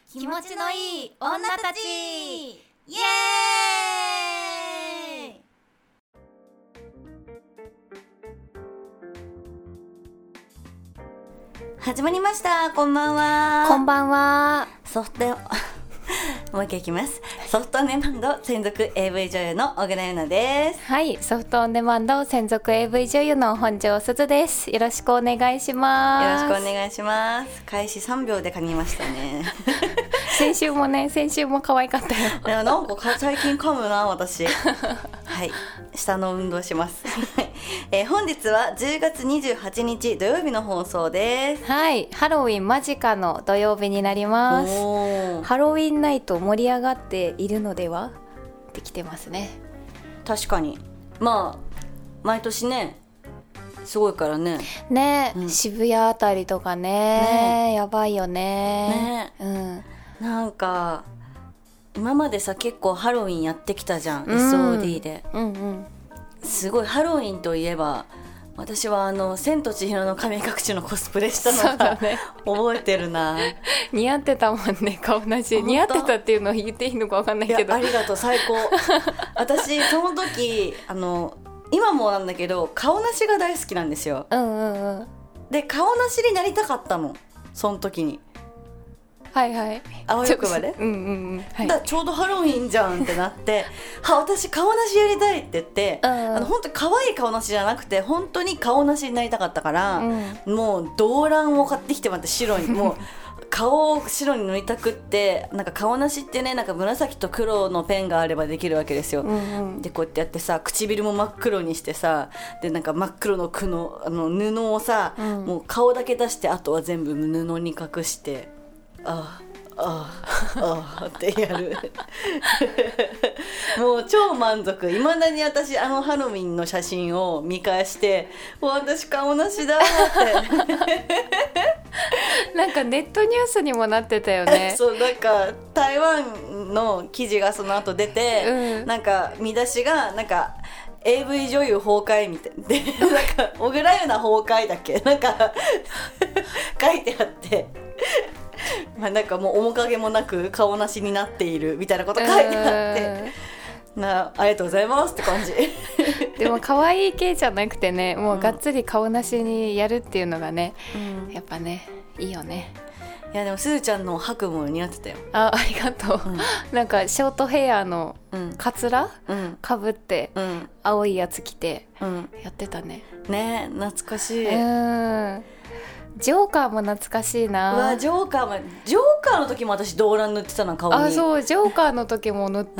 気持ちのいい女たち、イエーイ。始まりました。こんばんは。 こんばんは。 ソフトもう一回いきます。ソフトオンデマンド専属 AV 女優の小倉優奈です。 はい、ソフトオンデマンド専属 AV 女優の本庄すずです。よろしくお願いします。 よろしくお願いします。開始3秒で噛みましたね。 先週も可愛かったよ。 いや、なんか最近噛むな私。はい、下の運動します。本日は10月28日土曜日の放送です。 はい、ハロウィン間近の土曜日になります。ハロウィンナイト盛り上がっているのではってきてますね。 確かに、まあ毎年ねすごいからね。 ね、渋谷あたりとかね、やばいよね。 なんか今までさ結構ハロウィンやってきたじゃん、SOD で。すごいハロウィンといえば私は千と千尋の神隠しのコスプレしたのが、覚えてるな。 似合ってたもんね、顔なし。似合ってたっていうのを言っていいのか分かんないけど。 いや、ありがとう、最高。私その時今もなんだけど顔なしが大好きなんですよ。で顔なしになりたかったの、その時に。 はいはい、 あわよくばで、だちょうどハロウィンじゃんってなって私顔なしやりたいって言って、本当に可愛い顔なしじゃなくて本当に顔なしになりたかったから、もう動乱を買ってきてもらって、白にもう顔を白に塗りたくって、なんか顔なしってね、なんか紫と黒のペンがあればできるわけですよ。でこうやってやってさ、唇も真っ黒にしてさ、でなんか真っ黒の布をさ、もう顔だけ出して、あとは全部布に隠して、ってやる。もう超満足。いまだに私ハロウィンの写真を見返して、私顔なしだってなんかネットニュースにもなってたよね。 そう、なんか台湾の記事がその後出て、なんか見出しがなんかAV 女優崩壊みたいで、なんか小倉優奈崩壊だっけ、なんか書いてあって、なんかもう面影もなく顔なしになっているみたいなこと書いてあって、ありがとうございますって感じ。 でも可愛い系じゃなくてね、もうがっつり顔なしにやるっていうのがね、やっぱねいいよね。 いやでもすずちゃんの白も似合ってたよ。 ありがとう。なんかショートヘアのカツラかぶって、青いやつ着てやってたね。 ね、懐かしい。 ジョーカーも懐かしいな。 ジョーカーの時も私動乱塗ってたな、顔に。 あ、そう、ジョーカーの時も塗った。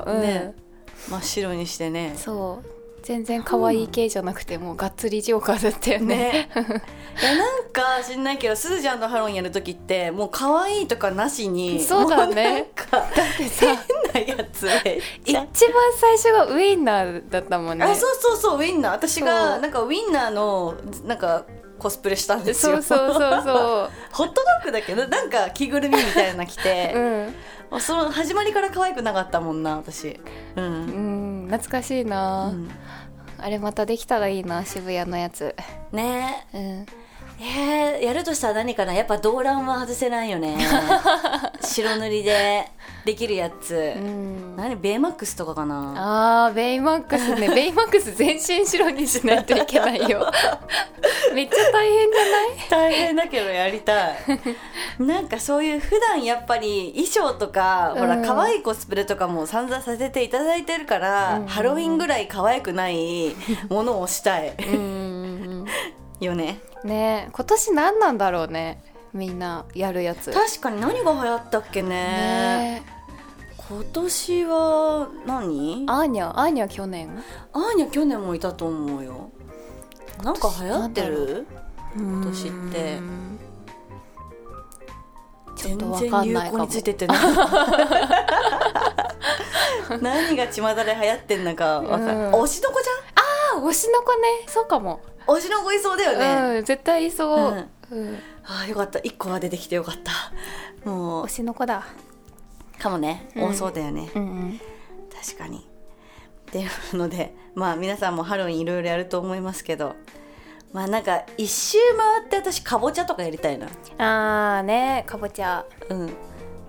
ね、真っ白にしてね。 そう、全然可愛い系じゃなくて、もうがっつりジョーカーだったよね。 いや、なんか知んないけど、すずちゃんとハロウィンやる時ってもう可愛いとかなしに、 そうだね。 もうなんかだってさ、変なやつ一番最初がウインナーだったもんね。 そうウインナー。私がなんかウインナーのなんかコスプレしたんですよ。 そうホットドッグだけど、なんか着ぐるみみたいなの着て、その始まりから可愛くなかったもんな私。 懐かしいな。あれまたできたらいいな、渋谷のやつね。やるとしたら何かな。やっぱ動乱は外せないよね。白塗りでできるやつ、ベイマックスとかかな。 ベイマックスね。ベイマックス全身白にしないといけないよ。めっちゃ大変じゃない？ 大変だけどやりたい。なんかそういう普段やっぱり衣装とか、ほら可愛いコスプレとかも散々させていただいてるから、ハロウィンぐらい可愛くないものをしたい。よね。 ね、今年何なんだろうね、みんなやるやつ。 確かに何が流行ったっけね。今年は何？ アーニャ去年もいたと思うよ。なんか流行ってる？今年ってちょっと分かんないかも。全然流行についてってない。何が巷で流行ってんのか分かんない。推しの子じゃん。推しの子ね。そうかも。 推しの子いそうだよね。 絶対いそう。 よかった、1個は出てきてよかった。もう推しの子だかもね。多そうだよね。確かに。っていうので、まあ皆さんもハロウィンいろいろやると思いますけど、まあなんか一周回って私かぼちゃとかやりたいな。 ね、かぼちゃ。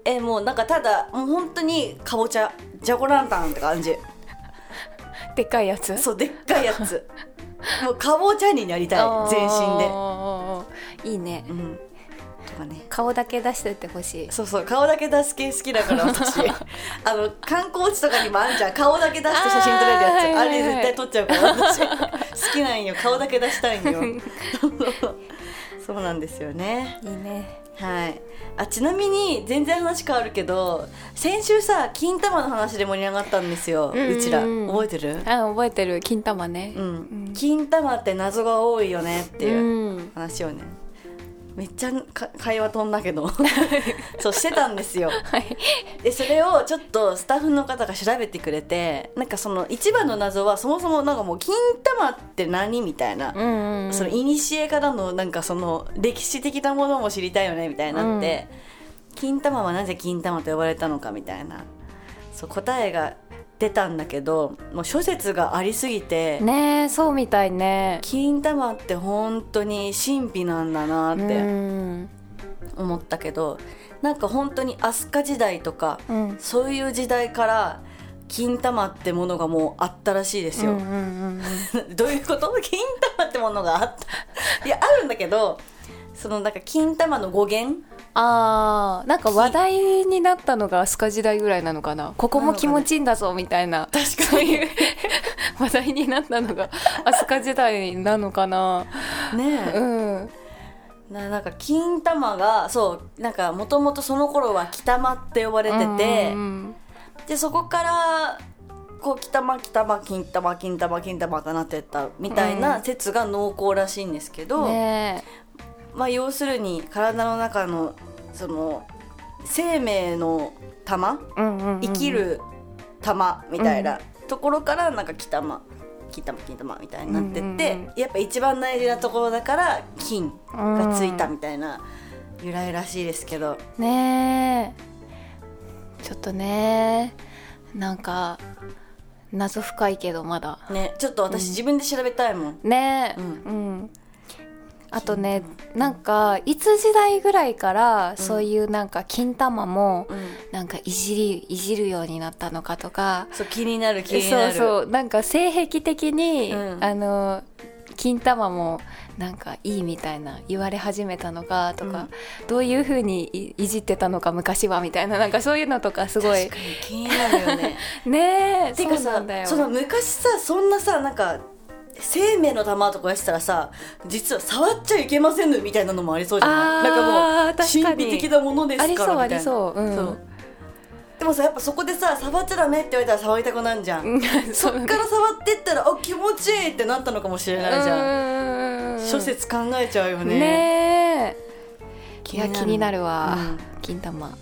もうなんかただもう本当にかぼちゃジャコランタンって感じ。 でっかいやつ。 そうでっかいやつもうかぼちゃになりたい全身で。いいね、 とかね、 顔だけ出してってほしい。 そうそう顔だけ出す系好きだから私観光地とかにもあんじゃん、顔だけ出して写真撮れるやつ、あれ絶対撮っちゃうから私好きなんよ、顔だけ出したいんよそうなんですよね。 いいね。 はい。ちなみに全然話変わるけど、先週さ金玉の話で盛り上がったんですよ、うちら覚えてる？ 覚えてる、金玉ね、 金玉って謎が多いよねっていう話をね、めっちゃ会話飛んだけどそうしてたんですよ、はい、でそれをちょっとスタッフの方が調べてくれて、なんかその一番の謎はそもそもなんかもう金玉って何みたいな、その古からのなんかその歴史的なものも知りたいよねみたいになって、金玉はなぜ金玉と呼ばれたのかみたいな、そう答えが出たんだけど、もう諸説がありすぎてね。そうみたいね。 金玉って本当に神秘なんだなって思ったけど、なんか本当に飛鳥時代とか、そういう時代から金玉ってものがもうあったらしいですよ、どういうこと？金玉ってものがあったいやあるんだけど、そのなんか金玉の語源、 なんか話題になったのが飛鳥時代ぐらいなのかな。ここも気持ちいいんだぞみたいな、 確かに話題になったのが飛鳥時代なのかなねえ、なんか金玉がそうなんかもともとその頃は木玉って呼ばれてて、でそこからこう木玉金玉金玉金玉となってったみたいな説が濃厚らしいんですけど、まあ、要するに体の中のその生命の玉、生きる玉みたいなところからなんか金玉みたいになってって、やっぱ一番大事なところだから金がついたみたいな由来らしいですけどね。ちょっとね、なんか謎深いけどまだね、ちょっと私自分で調べたいもんね。あとね、なんかいつ時代ぐらいからそういうなんか金玉もなんかいじるようになったのかとか、 そう気になるそうなんか性癖的に、金玉もなんかいいみたいな言われ始めたのかとか、どういう風に いじってたのか昔はみたいな、なんかそういうのとかすごい確かに気になるよねねえ、 てかさ、その昔さそんなさなんか生命の玉とかやってたらさ、実は触っちゃいけませんみたいなのもありそうじゃない？なんかもう神秘的なものですからみたいな。 ありそう、 そうでもさやっぱそこでさ触っちゃダメって言われたら触りたくなるじゃんそっから触ってったら気持ちいいってなったのかもしれないじゃん。諸説考えちゃうよね。 ねえ、いや気になるわ、金玉。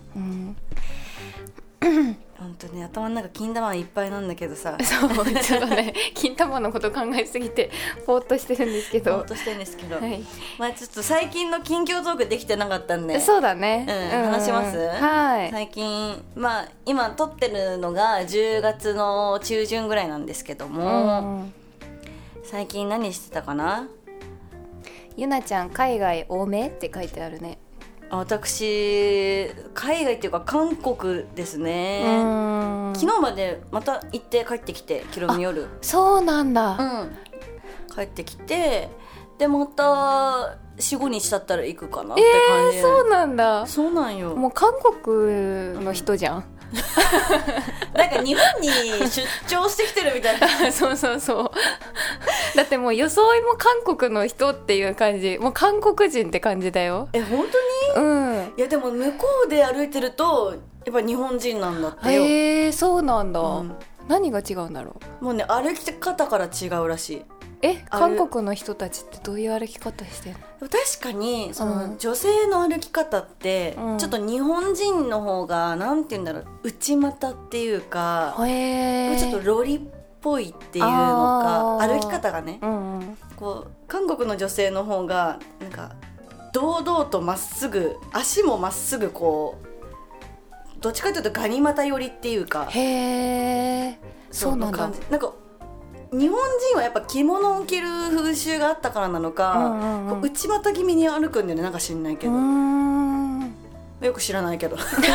本当に頭の中金玉いっぱいなんだけどさそうちょっとね金玉のこと考えすぎてぼーっとしてるんですけど、 はい、まあちょっと最近の近況トークできてなかったんで、 そうだね、 話します。 はい。 最近まあ今撮ってるのが10月の中旬ぐらいなんですけども、最近何してたかな。 ゆなちゃん海外多めって書いてあるね。 私海外っていうか韓国ですね。昨日までまた行って帰ってきて、昨日の夜。 そうなんだ、 帰ってきて、でまた 4,5 日経ったら行くかなって感じ。 そうなんだ。 そうなんよ。 もう韓国の人じゃんなんか日本に出張してきてるみたいなそうだってもう装いも韓国の人っていう感じ、もう韓国人って感じだよ。 本当に？いやでも向こうで歩いてるとやっぱ日本人なんだってよ。 そうなんだ、何が違うんだろう。もうね歩き方から違うらしい。 韓国の人たちってどういう歩き方してんの？ 確かにその女性の歩き方って、ちょっと日本人の方がなんて言うんだろう、内股っていうか、ちょっとロリっぽいっていうのか、歩き方がね、こう韓国の女性の方がなんか堂々とまっすぐ、足もまっすぐこうどっちかというとガニ股寄りっていうか。 そうなんだ。 なんか日本人はやっぱ着物を着る風習があったからなのか、内股気味に歩くんだよね、なんか知んないけど。 よく知らないけど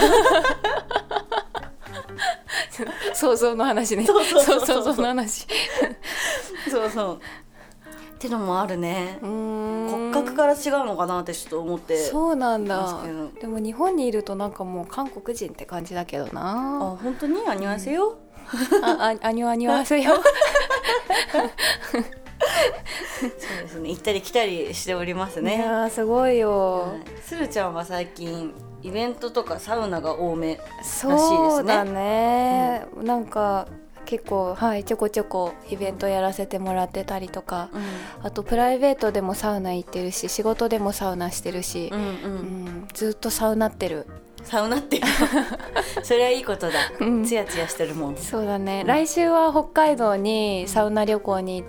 想像の話ね。 そうの話そうそうってのもあるね。骨格から違うのかなってちょっと思って。 そうなんだ。でも日本にいるとなんかもう韓国人って感じだけどな。 あ、本当にアニュアセヨ、 アニュアセヨそうですね、行ったり来たりしておりますね。 いやすごいよ、 はい、するちゃんは最近イベントとかサウナが多めらしいですね。 そうだね、なんか結構、はい、ちょこちょこイベントやらせてもらってたりとか、あとプライベートでもサウナ行ってるし、仕事でもサウナしてるし、ずっとサウナってる。 サウナってそれはいいことだ、ツヤツヤしてるもん。 そうだね、来週は北海道にサウナ旅行に行って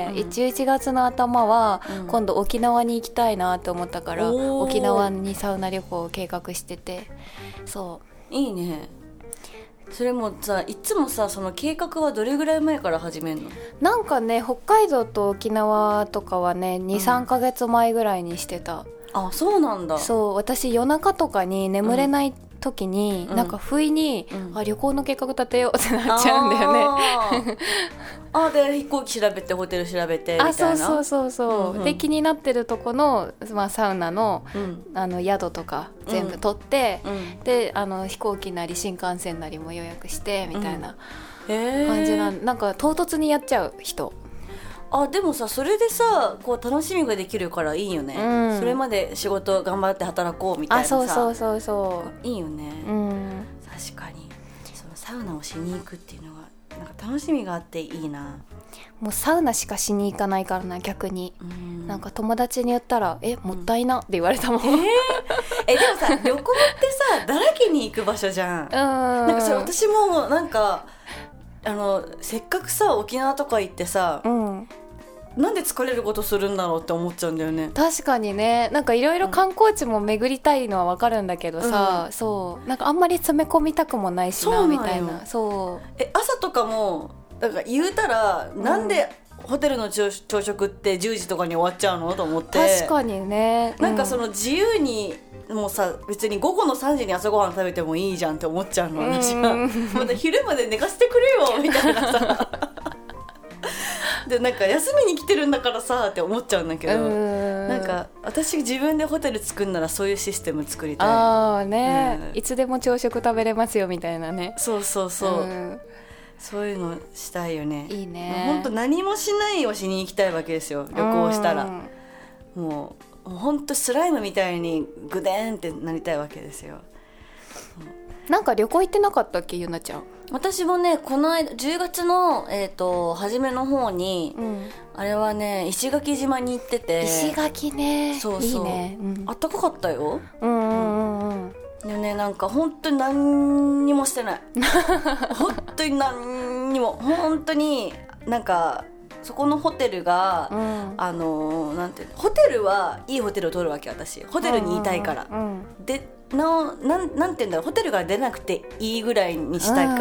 、11月の頭は今度沖縄に行きたいなと思ったから、沖縄にサウナ旅行を計画してて。そういいね。それもさ、いつもさ、その計画はどれぐらい前から始めるの？ なんかね、北海道と沖縄とかはね 2,3 ヶ月前ぐらいにしてた。 あ、そうなんだ。 そう、私夜中とかに眠れない時に、なんか不意に、旅行の計画立てようってなっちゃうんだよね。 で飛行機調べてホテル調べてみたいな。 そう、で気になってるとこの、サウナの、宿とか全部取って、で飛行機なり新幹線なりも予約してみたいな感じなんか唐突にやっちゃう人。 でもさ、それでさ、こう楽しみができるからいいよね、それまで仕事頑張って働こうみたいなさ。そういいよね、確かに。そのサウナをしに行くっていうのがなんか楽しみがあっていいな。 もうサウナしかしに行かないからな、逆に。なんか友達に言ったらもったいなって言われたもん。 でもさ、旅行ってさ、だらけに行く場所じゃん。なんかそれ私もなんかせっかくさ沖縄とか行ってさ、なんで疲れることするんだろうって思っちゃうんだよね。 確かにね、なんかいろいろ観光地も巡りたいのは分かるんだけどさ、そうなんかあんまり詰め込みたくもないしなみたいな。 朝とかもだから言うたら、なんでホテルの朝食って10時とかに終わっちゃうのと思って。 確かにね、 なんかその自由にもうさ、別に午後の3時に朝ごはん食べてもいいじゃんって思っちゃうの、私は。まだ昼まで寝かせてくれよみたいなさでなんか休みに来てるんだからさって思っちゃうんだけど、なんか私自分でホテル作るならそういうシステム作りたい。 いつでも朝食食べれますよみたいなね。 そう、そういうのしたいよね。 いいね。 本当何もしないをしに行きたいわけですよ、旅行したら。もう本当スライムみたいにグデーンってなりたいわけですよ。 なんか旅行行ってなかったっけ、ゆなちゃん。 私もね、この間10月の、初めの方に、あれはね、石垣島に行ってて。 石垣ね、そういいね、 あったかかったよ。でね、なんか本当に何にもしてない本当に何にも、本当になんかそこのホテルが、なんていうの、ホテルはいいホテルを取るわけ、私ホテルにいたいから、でなんていうんだろう、ホテルが出なくていいぐらいにしたいから、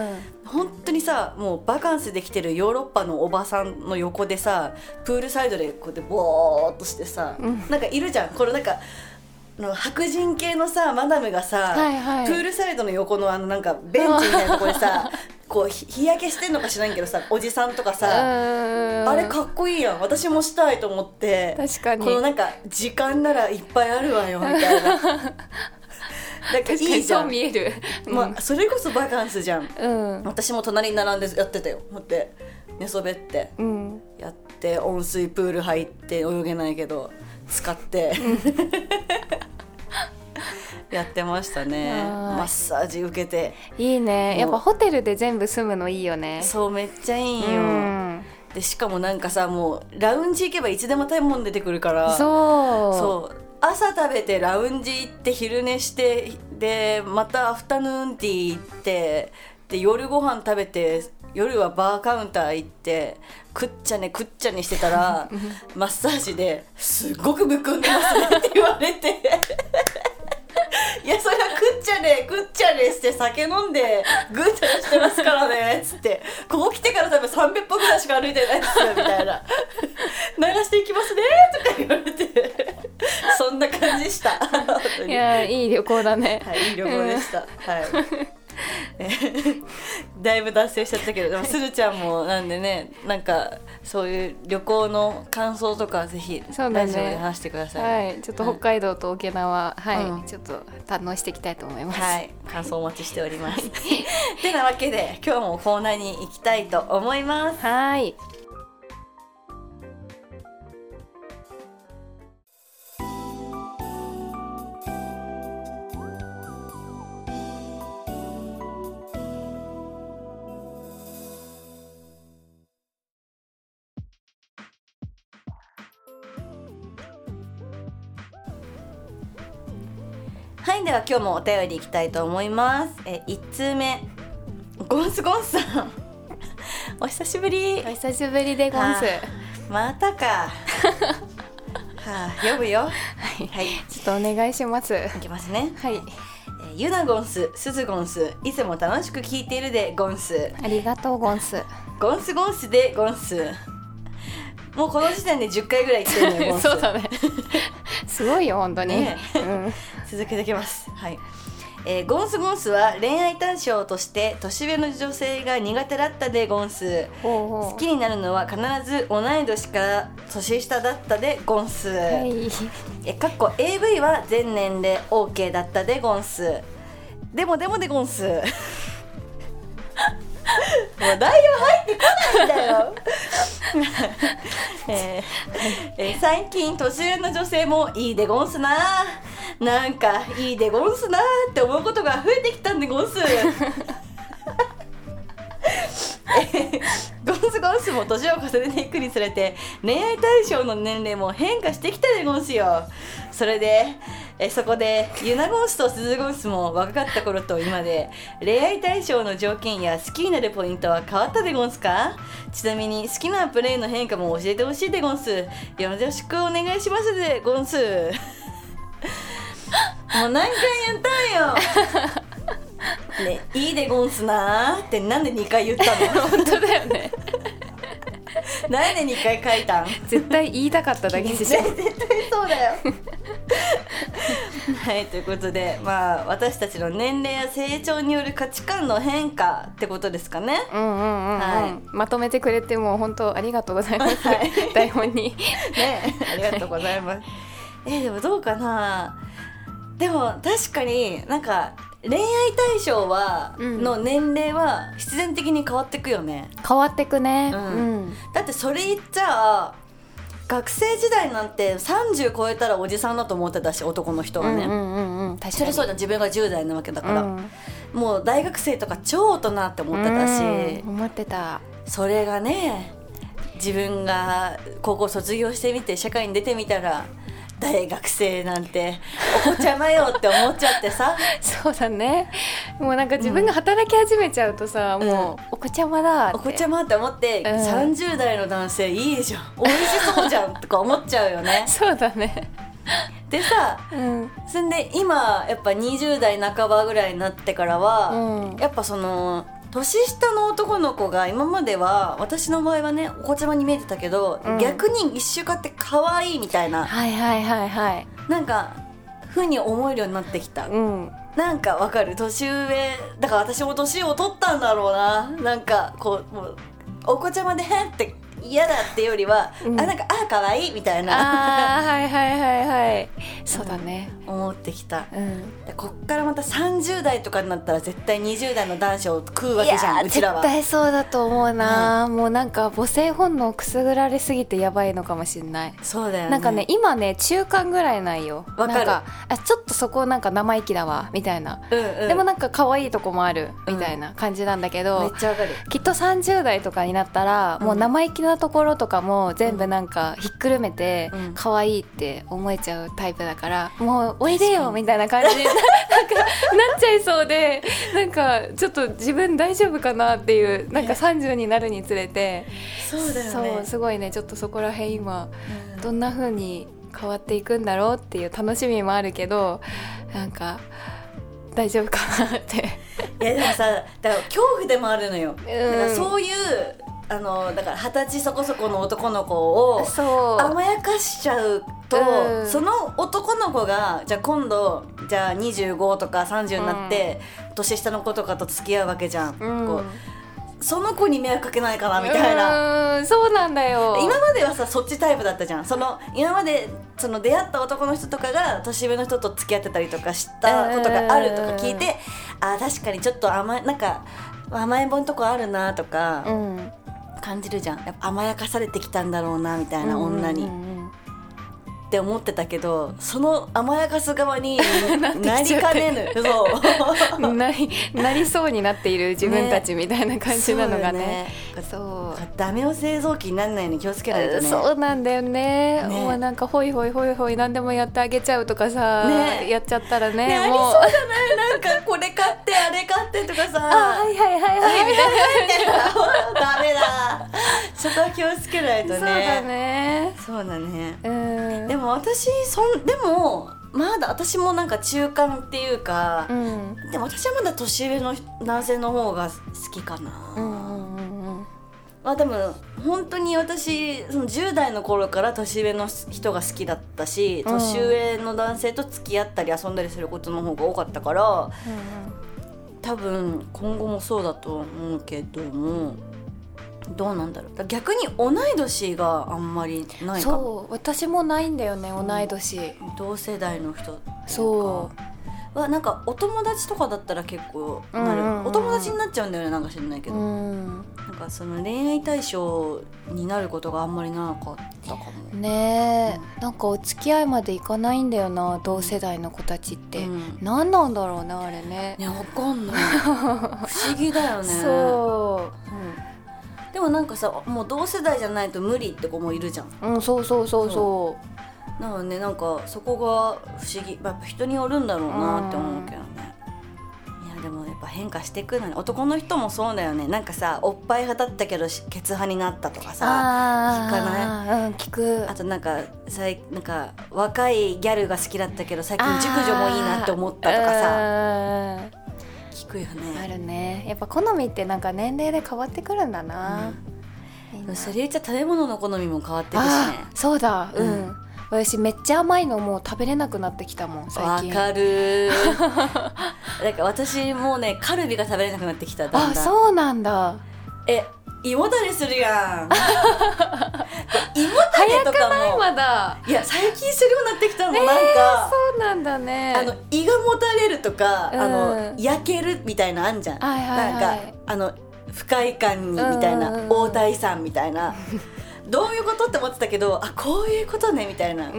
本当にさ、もうバカンスで来てるヨーロッパのおばさんの横でさ、プールサイドでこうやってボーっとしてさ、なんかいるじゃん、これなんか白人系のさマダムがさ、プールサイドの横のなんかベンチみたいなところでさこう日焼けしてんのか知らんけどさ、おじさんとかさ、あれかっこいいやん、私もしたいと思って。 確かに、 このなんか時間ならいっぱいあるわよみたいななんかいいじゃん、 そう見える、 それこそバカンスじゃん、私も隣に並んでやってたよ。持って寝そべって、やって温水プール入って泳げないけど使ってやってましたね。マッサージ受けて。 いいね、やっぱホテルで全部住むのいいよね。 そう、めっちゃいいよ、でしかもなんかさ、もうラウンジ行けばいつでも食べ物出てくるから、そう朝食べてラウンジ行って昼寝して、でまたアフタヌーンティー行って、で夜ご飯食べて、夜はバーカウンター行ってくっちゃねしてたらマッサージですごくむくんでますねって言われていや、それはくっちゃねして酒飲んでぐーたらしてますからねっつって、ここ来てから多分300歩ぐらいしか歩いてないですよみたいな流していきますねとか言われてそんな感じしたいやいい旅行だね。 はい、いい旅行でした、はいだいぶ脱線しちゃったけど、でもすずちゃんもなんでね、なんかそういう旅行の感想とかぜひラジオで話してください、 はい、ちょっと北海道と沖縄、はい、ちょっと堪能していきたいと思います。 はい、感想お待ちしておりますてなわけで今日もコーナーに行きたいと思います。 はい、 はい、では今日もお便りいきたいと思います。1通目、ゴンスゴンスさんお久しぶり。 お久しぶりでゴンス。 またかはあ、呼ぶよ。はい、 はい、ちょっとお願いします。 いきますね。 はい、 ゆなゴンス、すずゴンス、いつも楽しく聞いているでゴンス。 ありがとうゴンス。 ゴンスゴンスでゴンス。もうこの時点で10回ぐらい言ってるのよゴンスそうだねすごいよ本当に、ね、 続けていきます。はい、ゴンスゴンスは恋愛対象として年上の女性が苦手だったでゴンス。好きになるのは必ず同い年から年下だったでゴンス、はい、かっこ AV は全年齢 OK だったでゴンス。でもでゴンスもう内容入ってこないんだよ最近年上の女性もいいでゴンスな、なんかいいでゴンスなって思うことが増えてきたんでゴンスゴンスゴンスも年を重ねていくにつれて恋愛対象の年齢も変化してきたでゴンスよ。それでそこでユナゴンスとスズゴンスも若かった頃と今で恋愛対象の条件や好きになるポイントは変わったでゴンスか。ちなみに好きなプレイの変化も教えてほしいでゴンス。よろしくお願いしますでゴンスもう何回言ったんよね、いいでゴンスなーってなんで2回言ったの本当だよねなんで2回書いたん。 絶対言いたかっただけでしょ絶対そうだよはい、ということで、まあ、私たちの年齢や成長による価値観の変化ってことですかね。 はい、まとめてくれても本当ありがとうございます、はい、台本にね、ありがとうございますでもどうかな。でも確かになんか恋愛対象は、の年齢は必然的に変わってくよね。 変わってくね、 だってそれ言っちゃあ学生時代なんて30超えたらおじさんだと思ってたし、男の人はね、確かにそれそうじゃん。自分が10代なわけだから、もう大学生とか超大人って思ってたし、 思ってた。 それがね、自分が高校卒業してみて社会に出てみたら大学生なんてお子ちゃまよって思っちゃってさそうだね。もうなんか自分が働き始めちゃうとさ、もうお子ちゃまだって、 お子ちゃまって思って、30代の男性いいじゃん、美味しそうじゃんとか思っちゃうよねそうだね。 でさ、そんで今やっぱ20代半ばぐらいになってからは、やっぱその年下の男の子が今までは私の場合はねお子ちゃまに見えてたけど、逆に一週間って可愛いみたいな、なんか風に思えるようになってきた、なんかわかる。年上だから私も年を取ったんだろうな。なんかこうもうお子ちゃまでへんって嫌だってよりは、なんか可愛いみたいな、 そうだね、 思ってきた、こっからまた30代とかになったら絶対20代の男子を食うわけじゃん。うちらは絶対そうだと思うな、もうなんか母性本能くすぐられすぎてやばいのかもしれない。 そうだよね。 なんかね今ね中間ぐらいなんよ。 わかる。 なんかちょっとそこなんか生意気だわみたいな、でもなんか可愛いとこもあるみたいな感じなんだけど、 めっちゃわかる。 きっと30代とかになったら、もう生意気なところとかも全部なんかひっくるめて可愛いって思えちゃうタイプだから、もうおいでよみたいな感じになんかなっちゃいそうで、なんかちょっと自分大丈夫かなっていう、なんか30になるにつれて、 そうだよね。 そうすごいね、ちょっとそこら辺今どんな風に変わっていくんだろうっていう楽しみもあるけど、なんか大丈夫かなっていやでもさ、だから恐怖でもあるのよ、だからそういうだから20歳そこそこの男の子を甘やかしちゃうと、その男の子がじゃあ今度じゃあ25とか30になって、年下の子とかと付き合うわけじゃん、こうその子に迷惑かけないかなみたいな。 そうなんだよ。 今まではさそっちタイプだったじゃん。今までその出会った男の人とかが年上の人と付き合ってたりとかしたことがあるとか聞いて、確かにちょっとなんか甘えん坊のとこあるなとか感じるじゃん。やっぱ甘やかされてきたんだろうなみたいな女に、って思ってたけど、その甘やかす側になりかねぬそうなりそうになっている自分たちみたいな感じなのがね。 そうダメを製造機にならないように気をつけないとね。 そうなんだよ ね。もうなんかホイホイホイホイ何でもやってあげちゃうとかさ、やっちゃったらね、 もうありそうじゃない？なんかこれ買ってあれ買ってとかさ、 はいはいはいはいみたいなダメだ。そこは気をつけないとね。 そうだね。 そうだね。でも私でもまだ私もなんか中間っていうか、でも私はまだ年上の男性の方が好きかな。でも本当に私その10代の頃から年上の人が好きだったし、年上の男性と付き合ったり遊んだりすることの方が多かったから、多分今後もそうだと思うけども、どうなんだろう。逆に同い年があんまりないかも。 そう私もないんだよね、同い年、 同世代の人。 そうなんかお友達とかだったら結構なる、お友達になっちゃうんだよね、なんか知らないけど、なんかその恋愛対象になることがあんまりなかったかもね。なんかお付き合いまでいかないんだよな、同世代の子たちって、何なんだろうなあれね。 わかんない不思議だよね。 そう、 でもなんかさ、もう同世代じゃないと無理って子もいるじゃん。 そうなのでなんかそこが不思議、やっぱ人によるんだろうなって思うけどね。いやでもやっぱ変化していくのに、男の人もそうだよね。なんかさ、おっぱい派だったけどケツ派になったとかさ、聞かない？ 聞く。あとなんか若いギャルが好きだったけど最近熟女もいいなって思ったとかさ、聞くよね。 あるね。やっぱ好みってなんか年齢で変わってくるんだな。 それ言っちゃ食べ物の好みも変わってくしね。 そうだ、私めっちゃ甘いのもう食べれなくなってきたもん最近。 わかるなんか私もうね、カルビが食べれなくなってきた。だんだん。 そうなんだ。 胃もたれするやん胃もたれとかも早くないまだ。 いや最近するようになってきたの、なんかそうなんだね。 胃がもたれるとか、焼けるみたいなあんじゃん、なんか不快感にみたいな、大体さんみたいなどういうことって思ってたけど、こういうことねみたいな。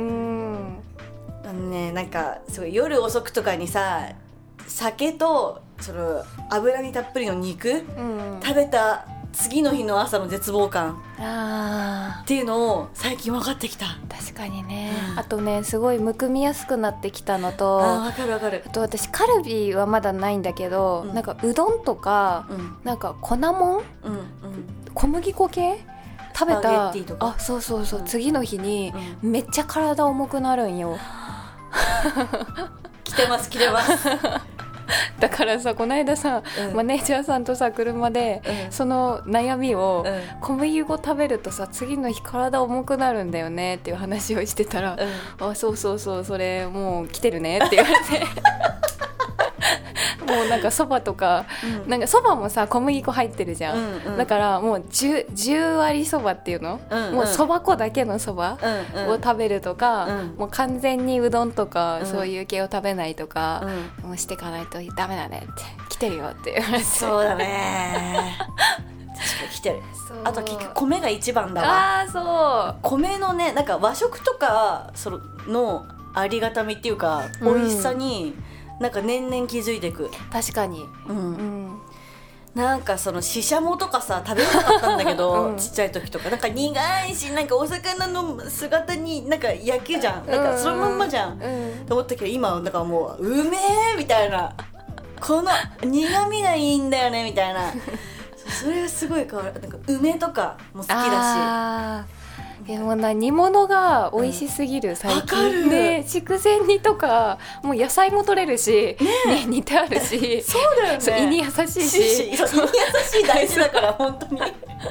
なんかすごい夜遅くとかにさ、酒とその油にたっぷりの肉、食べた次の日の朝の絶望感っていうのを最近分かってきた。 確かにね、あとねすごいむくみやすくなってきたのと、 分かる分かる。 あと私カルビはまだないんだけど、なんかうどんとか、なんか粉もん、小麦粉系食べた、そう、次の日にめっちゃ体重くなるんよ来てますだからさ、この間さ、マネージャーさんとさ車で、その悩みを、小麦粉食べるとさ次の日体重くなるんだよねっていう話をしてたら、そうそれもう来てるねって言われてもうなんかそばとか、なんかそばもさ小麦粉入ってるじゃん、だからもう 10割そばっていうの、もうそば粉だけのそばを食べるとか、もう完全にうどんとか、そういう系を食べないとか、もうしていかないとダメだねって来てるよって言われて。 そうだね確かに来てる。あと結局米が一番だわ。 そう米のね、なんか和食とかのありがたみっていうか、美味しさになんか年々気づいていく。 確かに、 なんかそのししゃもとかさ食べれなかったんだけど、ちっちゃい時とかなんか苦いし、なんかお魚の姿になんか焼きじゃん、なんかそのまんまじゃん、と思ったけど、今なんかもううめえみたいな、この苦味がいいんだよねみたいなそれがすごい変わる。なんか梅とかも好きだし、 でも煮物が美味しすぎる、最近ね。筑前煮とかもう野菜も取れるし、煮てあるしそうだよね、 胃に優しいし、 胃に優しい大事だから本当に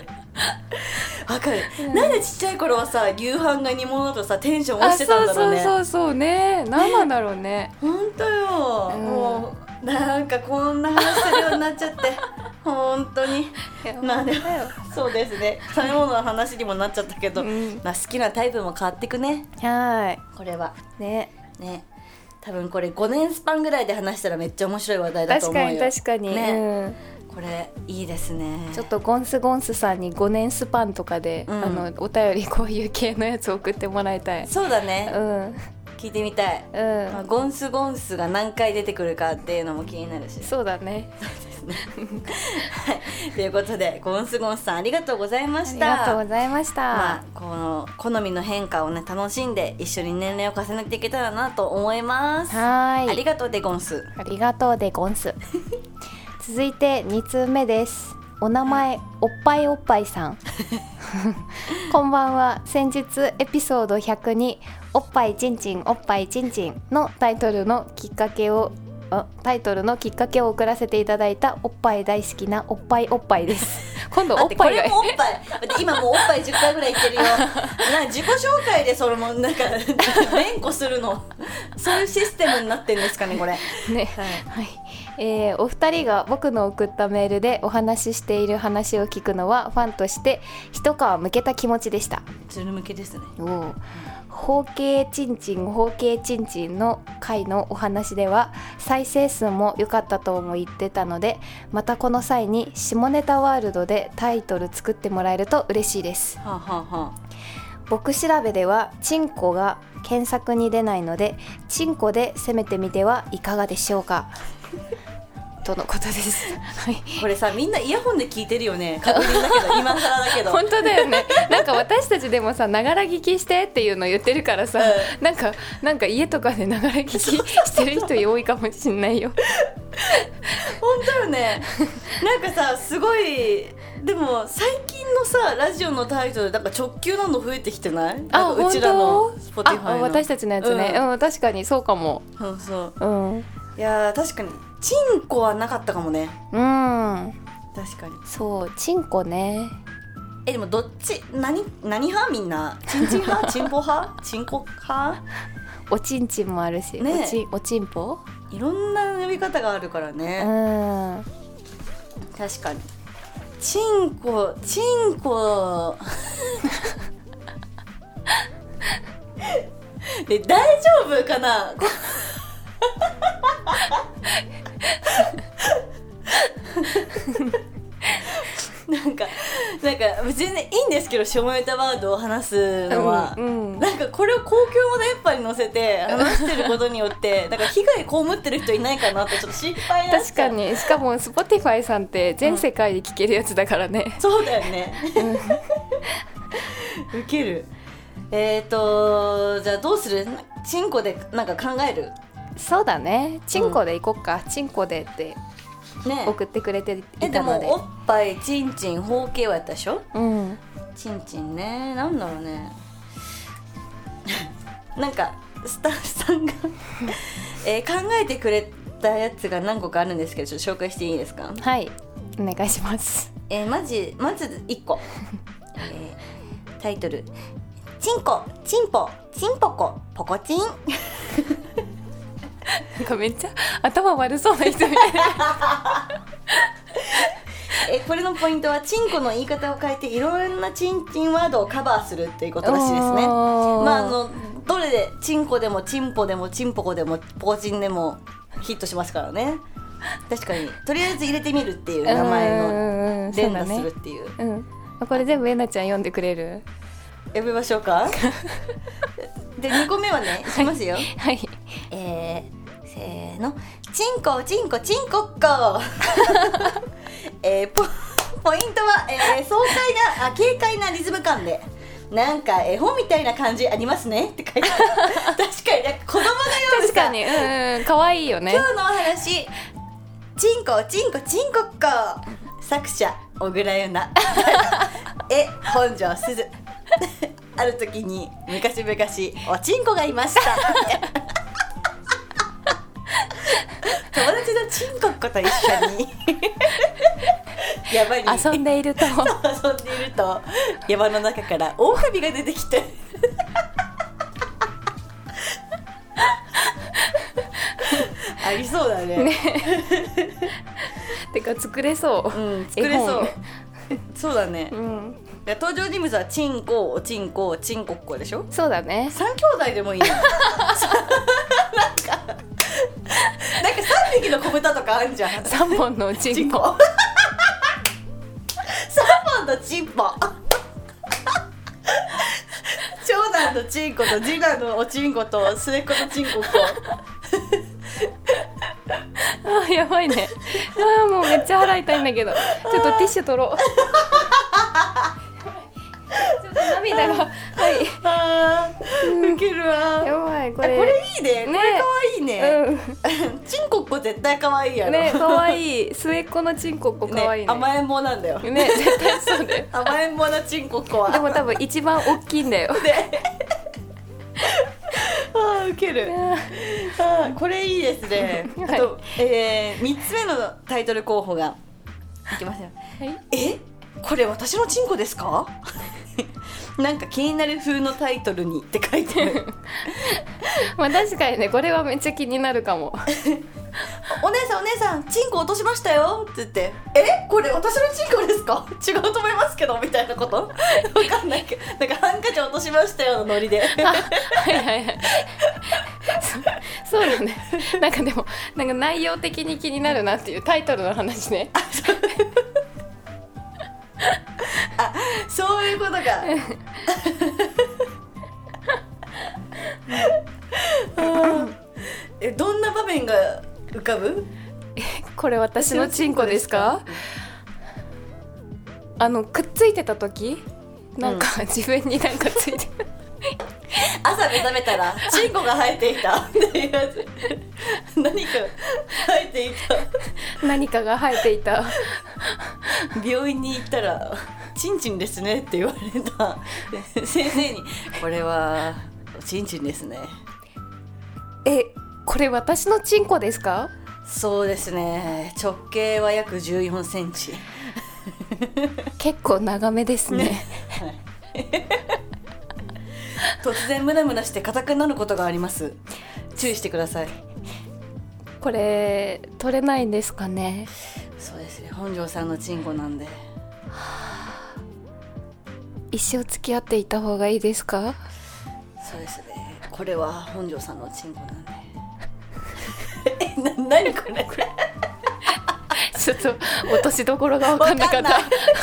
わかる、なんでちっちゃい頃はさ夕飯が煮物だとさテンション落ちてたんだろうね。 そうね、何なんだろうね。 本当よ、もうなんかこんな話するようになっちゃって本当にまあでもそうですね、食べ物の話にもなっちゃったけど、まあ、好きなタイプも変わっていくね。 はい、 これはね多分これ5年スパンぐらいで話したらめっちゃ面白い話題だと思うよ。 確かにね、 これいいですね。 ちょっとゴンスさんに5年スパンとかで、お便りこういう系のやつ送ってもらいたい。 そうだね、聞いてみたい、まあ、ゴンスが何回出てくるかっていうのも気になるし。 そうだね。 はい、ということでゴンスさんありがとうございました。 ありがとうございました。 まあ、この好みの変化をね楽しんで一緒に年齢を重ねていけたらなと思います。 はい、 ありがとうでゴンス。 ありがとうでゴンス続いて2通目です。お名前おっぱいさんこんばんは。先日エピソード100におっぱいちんちんおっぱいちんちんのタイトルのきっかけを送らせていただいたおっぱい大好きなおっぱいです今度おっぱいがこれもおっぱい今もうおっぱい10回ぐらい言ってるよ自己紹介でそれもなんか連呼するのそういうシステムになってるんですかねこれね。はい、 お二人が僕の送ったメールでお話ししている話を聞くのはファンとして一皮むけた気持ちでした。 ずるむけですね。 包茎ちんちんの回のお話では再生数も良かったとも言ってたので、またこの際に下ネタワールドでタイトル作ってもらえると嬉しいです。僕調べではチンコが検索に出ないのでチンコで攻めてみてはいかがでしょうかとのことです、はい、 これさみんなイヤホンで聞いてるよね。確認だけど今更だけど本当だよね。なんか私たちでもさながら聞きしてっていうの言ってるからさ、なんか家とかでながら聞きしてる人多いかもしんないよ本当よね。なんかさすごいでも最近のさラジオのタイトルなんか直球なの増えてきてない？なんかうちらの Spotify の私たちのやつね、確かにそうかも。 そう、いや確かにチンコはなかったかもね。確かにそうチンコね。 でもどっち何派みんなチンチン派チンポ派チンコ派おちんちんもあるし、ね、おちんぽいろんな呼び方があるからね。確かにチンコで大丈夫かななんか別にねいいんですけど下ネタワードを話すのは、なんかこれを公共の電波に乗せて話してることによってなんか被害被ってる人いないかなってちょっと心配になっちゃう。確かにしかも Spotify さんって全世界で聴けるやつだからね、 そうだよねウケる。じゃあどうする？チンコでなんか考える？ そうだねチンコでいこっか、チンコでって送ってくれていたので、 でもおっぱいチンチン包茎はやったでしょ。チンチンね、なんだろうねなんかスタッフさんが考えてくれたやつが何個かあるんですけどちょっと紹介していいですか？ はい、お願いします。 まず1個、タイトルチンコチンポチンポコポコチンなんかめっちゃ頭悪そうな人みたいなこれのポイントはチンコの言い方を変えていろんなチンチンワードをカバーするっていうことらしいですね。まあどれでチンコでもチンポでもチンポコでもポコチンでもヒットしますからね。確かにとりあえず入れてみるっていう名前の連打するっていう、 これ全部えなちゃん読んでくれる？ 呼びましょうかで2個目はねいきますよ。 はい、 せーのチンコチンコチンコッコポイントは、軽快なリズム感でなんか絵本みたいな感じありますねって書いてある確かになんか子供が読む確かにかわいいよね。 今日のお話チンコチンコチンコッコ作者小倉優奈本庄すずある時に昔々おチンコがいました友達のチンコッコと一緒に山に遊んでいると遊んでいると山の中から狼が出てきてありそうだね。 てか作れそう、 うん、作れそうそうだね、うん、登場人物はチンコ、おちんこ、ちんこっこでしょ。 そうだね、 3兄弟でもいいななんか3匹の子豚とかあるじゃん。 3本のおちんこ 3本のチンポ長男のチンコと次男のおちんこと末っ子のチンコっこあ、やばいね。あ、もうめっちゃ腹痛いんだけど、ちょっとティッシュ取ろうちょっと涙が、はい、 あー、ウケるわ。 やばい、これいいね、これかわいいね、チンコっこ絶対かわいいやろね。かわいい、末っ子のチンコっこかわいいね。 甘えん坊なんだよね、絶対そうだよ甘えん坊なチンコっこはでも多分一番大きいんだよねあー、ウケる。あ、これいいですね。あと、3つ目のタイトル候補がいきますよ、はい、これ私のチンコですかなんか気になる風のタイトルにって書いてあるまあ確かにね、これはめっちゃ気になるかもお姉さんチンコ落としましたよって言って、これ私のチンコですか、違うと思いますけどみたいなことわかんないけど、なんかハンカチ落としましたよのノリではいはいはいそうだね。なんかでもなんか内容的に気になるなっていうタイトルの話ねあ、そういうことかどんな場面が浮かぶ？ これ私のチンコですか？くっついてた時なんか、自分になんかついて朝目覚めたらチンコが生えていたっていうやつ何か生えていた何かが生えていた病院に行ったらチンチンですねって言われた先生に、これはチンチンですね。 これ私のチンコですか？ そうですね、直径は約14センチ結構長めですね突然ムラムラして硬くなることがあります。注意してください。 これ取れないんですかね？ そうですね、本庄さんのチンコなんで、 一生付き合っていた方がいいですか？ そうですね、これは本庄さんのチンコなんで何これちょっと落としどころが分かんなかった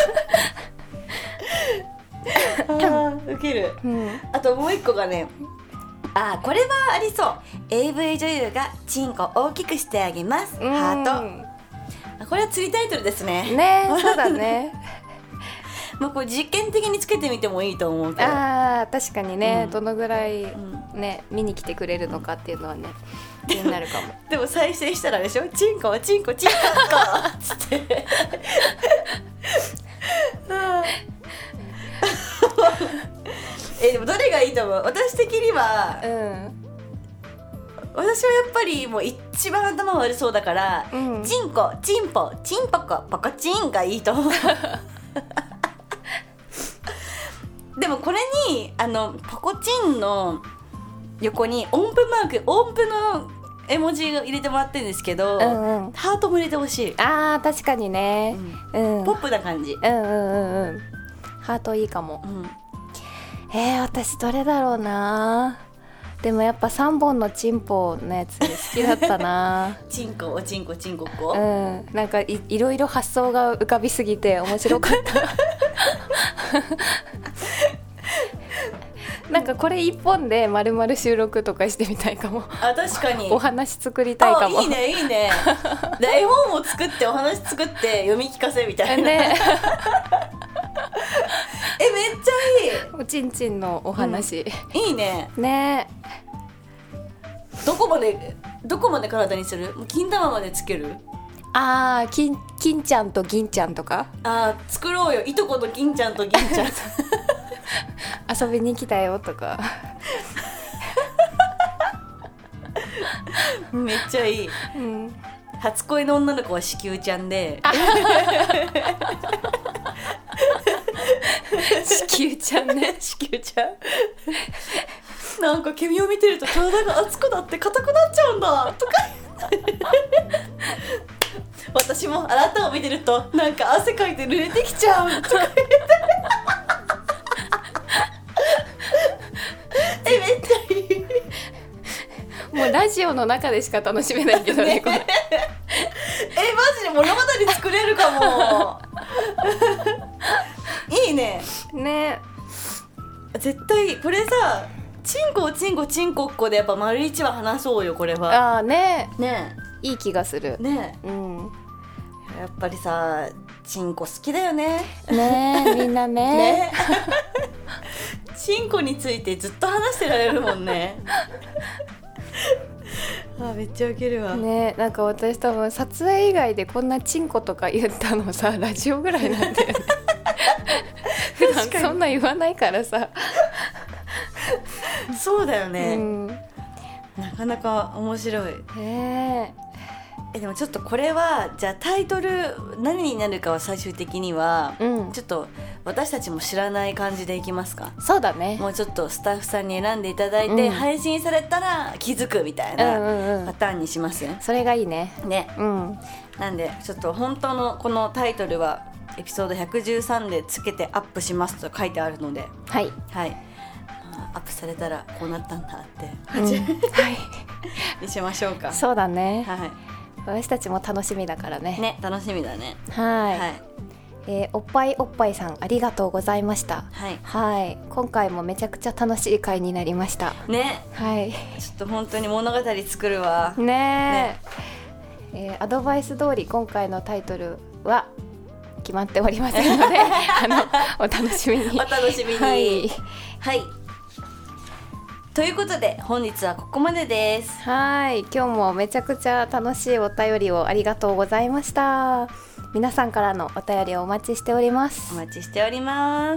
ウケる、あともう一個がね、これはありそう。 AV 女優がチンコ大きくしてあげます、ハート。これは釣りタイトルですね。 ね、そうだねまあこれ実験的につけてみてもいいと思うけど、 確かにね、どのぐらいね、見に来てくれるのかっていうのはね、気になるかもでも再生したらでしょ、チンコチンコチンコつってでもどれがいいと思う？私的には、私はやっぱりもう一番頭悪そうだから、チンコチンポチンポコポコチンがいいと思うでもこれにポコチンの横に音符マーク、音符の絵文字を入れてもらってるんですけど、ハートも入れてほしい。 確かにね、 ポップな感じ。 ハートいいかも、私どれだろうな。でもやっぱ3本のチンポのやつ好きだったなチンコおチンコチンコっこ、 なんか いろいろ発想が浮かびすぎて面白かったなんかこれ一本で丸々収録とかしてみたいかも。 確かにお話作りたいかも。 いいねいいねで絵本を作ってお話作って読み聞かせみたいなねめっちゃいい。 おちんちんのお話、 いいね。 ね、 どこまで体にする？金玉までつける？ 金ちゃんと銀ちゃんとか。 作ろうよ、いとこと銀ちゃんと銀ちゃん遊びに来たよとかめっちゃいい、 初恋の女の子は子宮ちゃんで子宮ちゃんね子宮ちゃんなんか君を見てると体が熱くなって硬くなっちゃうんだとか私もあなたを見てるとなんか汗かいて濡れてきちゃうとか言ってめっちゃいい。 もうラジオの中でしか楽しめないけどねこれマジで物語作れるかもいいね。 ね、 絶対これさ、チンコチンコチンコっこでやっぱ丸1話話そうよこれは。 あーね、 ねいい気がするね、 うん、 やっぱりさチンコ好きだよね。 ねみんな ねチンコについてずっと話してられるもんねあ、めっちゃウケるわね。なんか私多分撮影以外でこんなチンコとか言ったのさラジオぐらいなんだよね普段そんな言わないからさそうだよね、 うん、 なかなか面白い。でもちょっとこれはじゃあタイトル何になるかは最終的には、うん、ちょっと私たちも知らない感じでいきますか。 そうだね。 もうちょっとスタッフさんに選んでいただいて、うん、配信されたら気づくみたいなパターンにします、 それがいいね。 ね、うん、なんでちょっと本当のこのタイトルはエピソード113でつけてアップしますと書いてあるので、 はい、 はい、アップされたらこうなったんだって、 うん、はいにしましょうか。 そうだね、 はい、 私たちも楽しみだからね。 ね、楽しみだね。 はい、はい、おっぱいおっぱいさんありがとうございました。 はい、はい、 今回もめちゃくちゃ楽しい回になりましたね。 はい、 ちょっと本当に物語作るわね。アドバイス通り今回のタイトルは決まっておりませんのでお楽しみに。 お楽しみに。はい、はい、ということで本日はここまでです。 はい、今日もめちゃくちゃ楽しいお便りをありがとうございました。皆さんからのお便りをお待ちしております。 お待ちしております。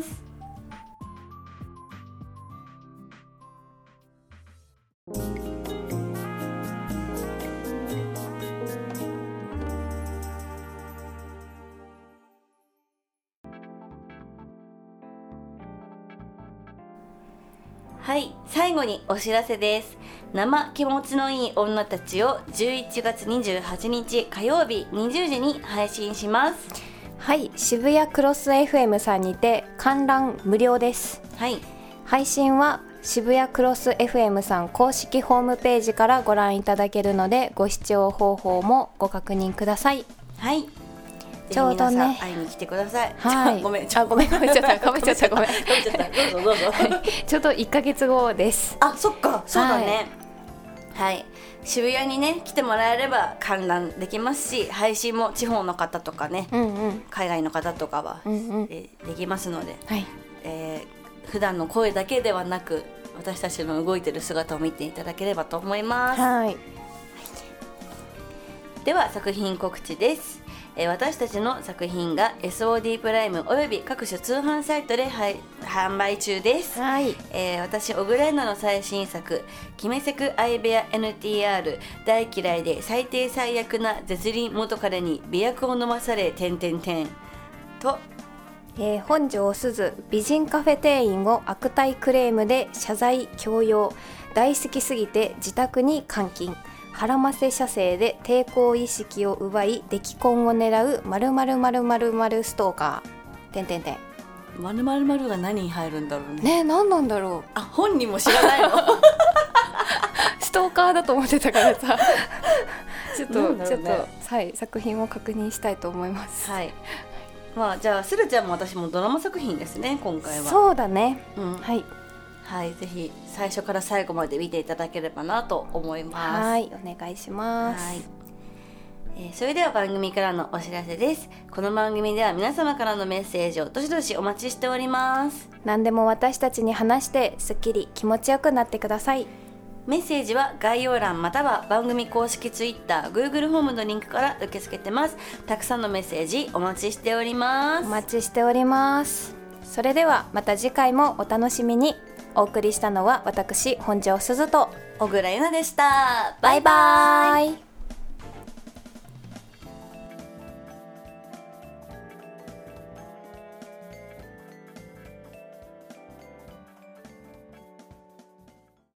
はい、最後にお知らせです。生気持ちのいい女たちを11月28日火曜日20時に配信します。 はい、渋谷クロス FM さんにて観覧無料です。 はい、 配信は渋谷クロス FM さん公式ホームページからご覧いただけるのでご視聴方法もご確認ください。 はい、 ちょうどね、 会いに来てください。 はい、 ごめん、 ごめん、ちょっとかぶっちゃった、ごめん、 どうぞどうぞちょうど1ヶ月後です。 あ、そっか、そうだね。はい、渋谷にね来てもらえれば観覧できますし、配信も地方の方とかね、うんうん、海外の方とかは、うんうん、できますので、はい、普段の声だけではなく私たちの動いてる姿を見ていただければと思います。 はい、 では作品告知です。私たちの作品が SOD プライムおよび各種通販サイトで販売中です。 はい、 私小倉優奈の最新作キメセク相部屋 NTR 大嫌いで最低最悪な絶倫元彼に美薬を飲まされと、 本庄すず美人カフェ店員を悪態クレームで謝罪強要、大好きすぎて自宅に監禁、腹ませ射精で抵抗意識を奪い溺婚を狙う○○○○ストーカー ○○○が何に入るんだろうね。 ね、何なんだろう。 あ、本人も知らないのストーカーだと思ってたからさちょっと、 ね、 はい、作品を確認したいと思います。 はい、まあ、じゃあするちゃんも私もドラマ作品ですね今回は。 そうだね、うん、はい、 はい、ぜひ最初から最後まで見ていただければなと思います。 はい、お願いします。 はい、それでは番組からのお知らせです。この番組では皆様からのメッセージをどしどしお待ちしております。 何でも私たちに話してすっきり気持ちよくなってください。 メッセージは概要欄または番組公式 Twitter、Google ホームのリンクから受け付けてます。たくさんのメッセージお待ちしております。 お待ちしております。それではまた次回もお楽しみに。お送りしたのは私本庄すずと小倉優奈でした。 バイバイ。